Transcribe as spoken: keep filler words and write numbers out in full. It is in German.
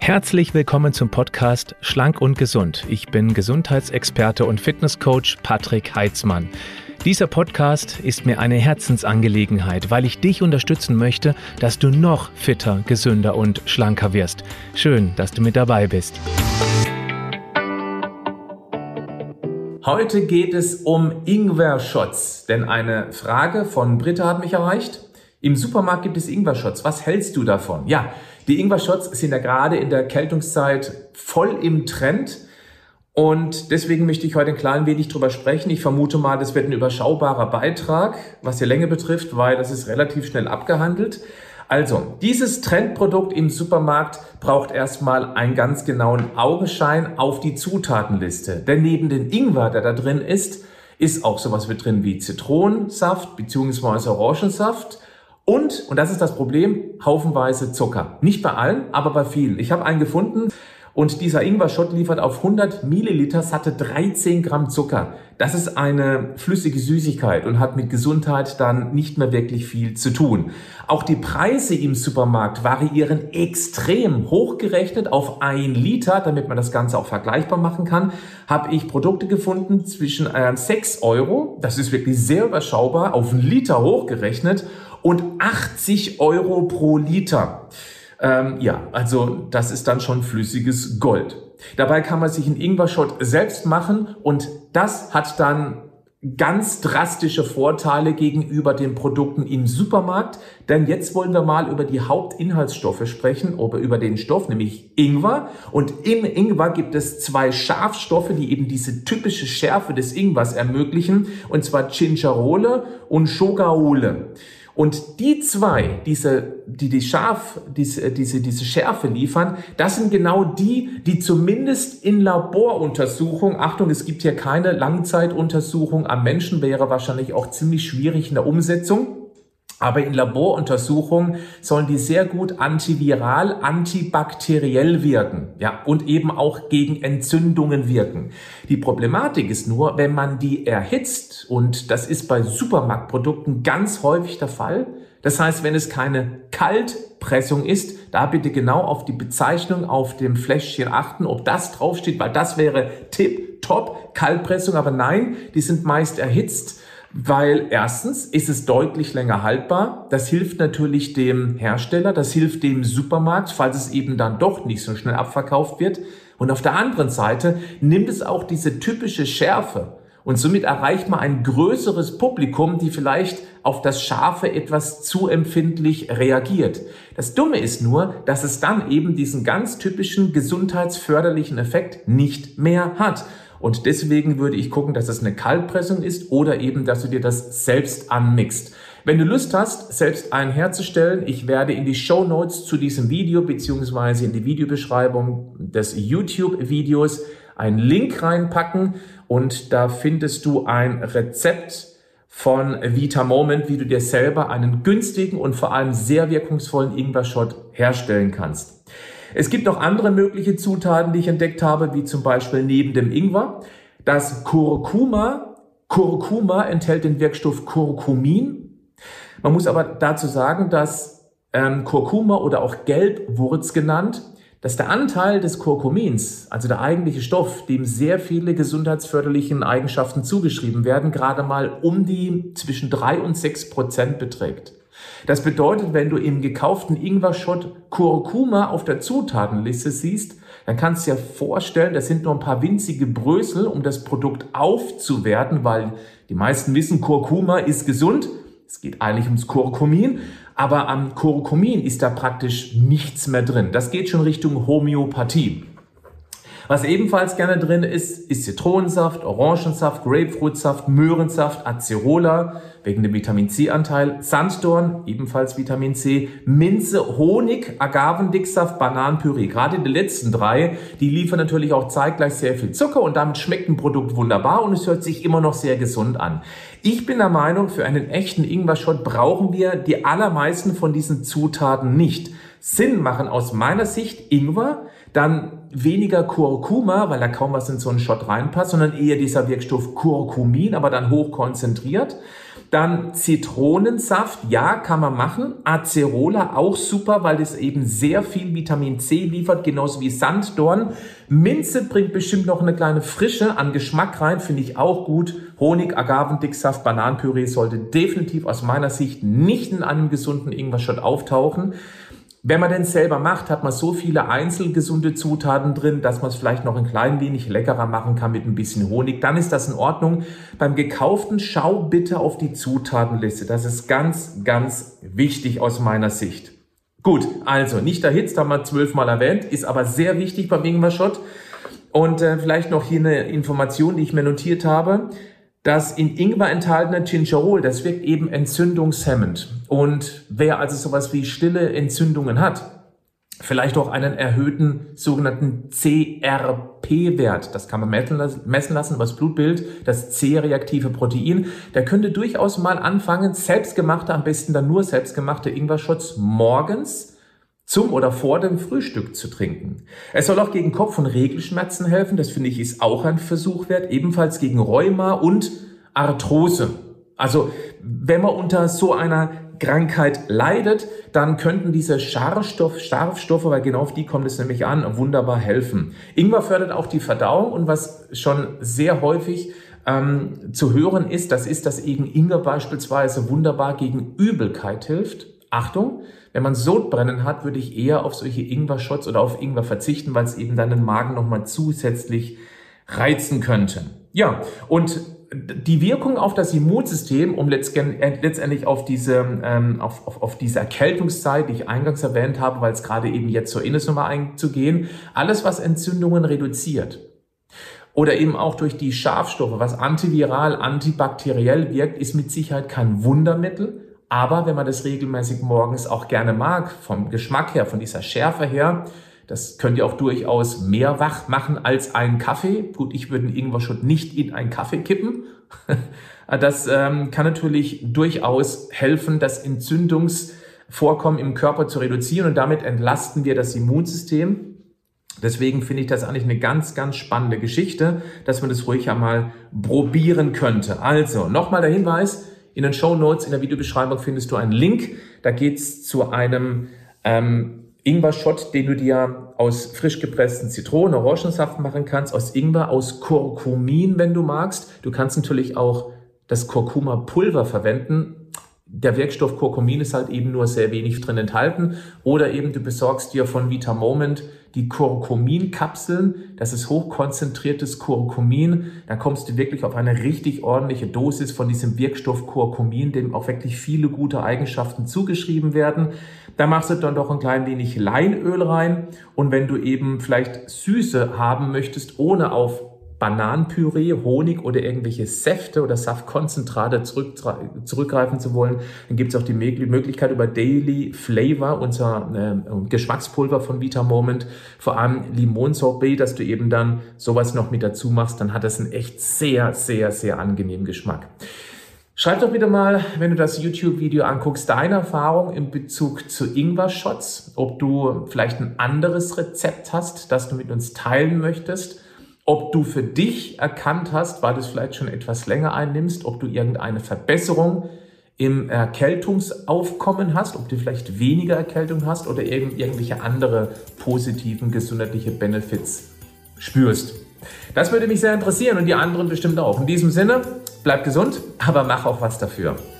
Herzlich willkommen zum Podcast Schlank und Gesund. Ich bin Gesundheitsexperte und Fitnesscoach Patrick Heitzmann. Dieser Podcast ist mir eine Herzensangelegenheit, weil ich dich unterstützen möchte, dass du noch fitter, gesünder und schlanker wirst. Schön, dass du mit dabei bist. Heute geht es um Ingwer-Shots, denn eine Frage von Britta hat mich erreicht. Im Supermarkt gibt es Ingwer-Shots. Was hältst du davon? Ja, die Ingwer-Shots sind ja gerade in der Erkältungszeit voll im Trend. Und deswegen möchte ich heute ein klein wenig drüber sprechen. Ich vermute mal, das wird ein überschaubarer Beitrag, was die Länge betrifft, weil das ist relativ schnell abgehandelt. Also, dieses Trendprodukt im Supermarkt braucht erstmal einen ganz genauen Augenschein auf die Zutatenliste. Denn neben dem Ingwer, der da drin ist, ist auch sowas mit drin wie Zitronensaft bzw. Orangensaft. Und, und das ist das Problem, haufenweise Zucker. Nicht bei allen, aber bei vielen. Ich habe einen gefunden und dieser Ingwer-Shot liefert auf hundert Milliliter satte dreizehn Gramm Zucker. Das ist eine flüssige Süßigkeit und hat mit Gesundheit dann nicht mehr wirklich viel zu tun. Auch die Preise im Supermarkt variieren extrem. Hochgerechnet auf ein Liter, damit man das Ganze auch vergleichbar machen kann, habe ich Produkte gefunden zwischen äh, sechs Euro, das ist wirklich sehr überschaubar, auf einen Liter hochgerechnet, und achtzig Euro pro Liter. Ähm, ja, also das ist dann schon flüssiges Gold. Dabei kann man sich einen Ingwer-Shot selbst machen und das hat dann ganz drastische Vorteile gegenüber den Produkten im Supermarkt. Denn jetzt wollen wir mal über die Hauptinhaltsstoffe sprechen, oder über den Stoff, nämlich Ingwer. Und im Ingwer gibt es zwei Schafstoffe, die eben diese typische Schärfe des Ingwers ermöglichen, und zwar Gingerole und Shogaole. Und die zwei, diese, die die scharf, diese, diese, diese Schärfe liefern, das sind genau die, die zumindest in Laboruntersuchungen, Achtung, es gibt hier keine Langzeituntersuchung am Menschen, wäre wahrscheinlich auch ziemlich schwierig in der Umsetzung. Aber in Laboruntersuchungen sollen die sehr gut antiviral, antibakteriell wirken, ja, und eben auch gegen Entzündungen wirken. Die Problematik ist nur, wenn man die erhitzt, und das ist bei Supermarktprodukten ganz häufig der Fall. Das heißt, wenn es keine Kaltpressung ist, da bitte genau auf die Bezeichnung auf dem Fläschchen achten, ob das draufsteht, weil das wäre tipptopp Kaltpressung, aber nein, die sind meist erhitzt. Weil erstens ist es deutlich länger haltbar. Das hilft natürlich dem Hersteller, das hilft dem Supermarkt, falls es eben dann doch nicht so schnell abverkauft wird. Und auf der anderen Seite nimmt es auch diese typische Schärfe. Und somit erreicht man ein größeres Publikum, die vielleicht auf das Scharfe etwas zu empfindlich reagiert. Das Dumme ist nur, dass es dann eben diesen ganz typischen gesundheitsförderlichen Effekt nicht mehr hat. Und deswegen würde ich gucken, dass es eine Kaltpressung ist oder eben, dass du dir das selbst anmixt. Wenn du Lust hast, selbst einen herzustellen, ich werde in die Shownotes zu diesem Video beziehungsweise in die Videobeschreibung des YouTube-Videos einen Link reinpacken und da findest du ein Rezept von Vitamoment, wie du dir selber einen günstigen und vor allem sehr wirkungsvollen Ingwer-Shot herstellen kannst. Es gibt noch andere mögliche Zutaten, die ich entdeckt habe, wie zum Beispiel neben dem Ingwer das Kurkuma. Kurkuma enthält den Wirkstoff Curcumin. Man muss aber dazu sagen, dass ähm, Kurkuma oder auch Gelbwurz genannt, dass der Anteil des Curcumins, also der eigentliche Stoff, dem sehr viele gesundheitsförderlichen Eigenschaften zugeschrieben werden, gerade mal um die zwischen drei und sechs Prozent beträgt. Das bedeutet, wenn du im gekauften Ingwer-Shot Kurkuma auf der Zutatenliste siehst, dann kannst du dir vorstellen, das sind nur ein paar winzige Brösel, um das Produkt aufzuwerten, weil die meisten wissen, Kurkuma ist gesund. Es geht eigentlich ums Curcumin, aber am Curcumin ist da praktisch nichts mehr drin. Das geht schon Richtung Homöopathie. Was ebenfalls gerne drin ist, ist Zitronensaft, Orangensaft, Grapefruitsaft, Möhrensaft, Acerola, wegen dem Vitamin-C-Anteil, Sanddorn, ebenfalls Vitamin C, Minze, Honig, Agavendicksaft, Bananenpüree. Gerade die letzten drei, die liefern natürlich auch zeitgleich sehr viel Zucker und damit schmeckt ein Produkt wunderbar und es hört sich immer noch sehr gesund an. Ich bin der Meinung, für einen echten Ingwer-Shot brauchen wir die allermeisten von diesen Zutaten nicht. Sinn machen aus meiner Sicht Ingwer, dann weniger Kurkuma, weil da kaum was in so einen Shot reinpasst, sondern eher dieser Wirkstoff Curcumin, aber dann hoch konzentriert. Dann Zitronensaft, ja, kann man machen. Acerola auch super, weil das eben sehr viel Vitamin C liefert, genauso wie Sanddorn. Minze bringt bestimmt noch eine kleine Frische an Geschmack rein, finde ich auch gut. Honig, Agavendicksaft, Bananenpüree sollte definitiv aus meiner Sicht nicht in einem gesunden Ingwer-Shot auftauchen. Wenn man den selber macht, hat man so viele einzelgesunde Zutaten drin, dass man es vielleicht noch ein klein wenig leckerer machen kann mit ein bisschen Honig. Dann ist das in Ordnung. Beim gekauften schau bitte auf die Zutatenliste. Das ist ganz, ganz wichtig aus meiner Sicht. Gut, also nicht erhitzt, haben wir zwölfmal erwähnt, ist aber sehr wichtig beim Ingwer-Shot. Und äh, vielleicht noch hier eine Information, die ich mir notiert habe. Das in Ingwer enthaltene Gingerol, das wirkt eben entzündungshemmend. Und wer also sowas wie stille Entzündungen hat, vielleicht auch einen erhöhten sogenannten C R P-Wert, das kann man messen lassen über das Blutbild, das C-reaktive Protein, der könnte durchaus mal anfangen, selbstgemachte, am besten dann nur selbstgemachte Ingwer-Shots morgens zum oder vor dem Frühstück zu trinken. Es soll auch gegen Kopf- und Regelschmerzen helfen, das finde ich ist auch ein Versuch wert, ebenfalls gegen Rheuma und Arthrose. Also wenn man unter so einer Krankheit leidet, dann könnten diese Scharfstoff, Scharfstoffe, weil genau auf die kommt es nämlich an, wunderbar helfen. Ingwer fördert auch die Verdauung und was schon sehr häufig ähm, zu hören ist, das ist, dass eben Ingwer beispielsweise wunderbar gegen Übelkeit hilft. Achtung, wenn man Sodbrennen hat, würde ich eher auf solche Ingwer-Shots oder auf Ingwer verzichten, weil es eben dann den Magen nochmal zusätzlich reizen könnte. Ja, und die Wirkung auf das Immunsystem, um letztendlich auf diese, ähm, auf, auf, auf diese Erkältungszeit, die ich eingangs erwähnt habe, weil es gerade eben jetzt so in ist, nochmal einzugehen, alles, was Entzündungen reduziert oder eben auch durch die Scharfstoffe, was antiviral, antibakteriell wirkt, ist mit Sicherheit kein Wundermittel. Aber wenn man das regelmäßig morgens auch gerne mag, vom Geschmack her, von dieser Schärfe her, das könnt ihr auch durchaus mehr wach machen als ein Kaffee. Gut, ich würde einen Ingwer-Shot nicht in einen Kaffee kippen. Das ähm, kann natürlich durchaus helfen, das Entzündungsvorkommen im Körper zu reduzieren und damit entlasten wir das Immunsystem. Deswegen finde ich das eigentlich eine ganz, ganz spannende Geschichte, dass man das ruhig einmal probieren könnte. Also, nochmal der Hinweis. In den Shownotes, in der Videobeschreibung findest du einen Link. Da geht's zu einem ähm, Ingwer-Shot, den du dir aus frisch gepressten Zitronen, Orangensaft machen kannst, aus Ingwer, aus Kurkumin, wenn du magst. Du kannst natürlich auch das Kurkuma-Pulver verwenden. Der Wirkstoff Kurkumin ist halt eben nur sehr wenig drin enthalten. Oder eben du besorgst dir von Vitamoment die Kurkumin-Kapseln. Das ist hochkonzentriertes Kurkumin. Da kommst du wirklich auf eine richtig ordentliche Dosis von diesem Wirkstoff Kurkumin, dem auch wirklich viele gute Eigenschaften zugeschrieben werden. Da machst du dann doch ein klein wenig Leinöl rein. Und wenn du eben vielleicht Süße haben möchtest, ohne auf Bananenpüree, Honig oder irgendwelche Säfte oder Saftkonzentrate zurück, zurückgreifen zu wollen, dann gibt es auch die Möglichkeit über Daily Flavor, unser äh, Geschmackspulver von Vitamoment, vor allem Limonsorbet, dass du eben dann sowas noch mit dazu machst, dann hat das einen echt sehr, sehr, sehr angenehmen Geschmack. Schreib doch bitte mal, wenn du das YouTube-Video anguckst, deine Erfahrung in Bezug zu Ingwer-Shots, ob du vielleicht ein anderes Rezept hast, das du mit uns teilen möchtest, ob du für dich erkannt hast, weil du es vielleicht schon etwas länger einnimmst, ob du irgendeine Verbesserung im Erkältungsaufkommen hast, ob du vielleicht weniger Erkältung hast oder irgend, irgendwelche andere positiven gesundheitliche Benefits spürst. Das würde mich sehr interessieren und die anderen bestimmt auch. In diesem Sinne, bleib gesund, aber mach auch was dafür.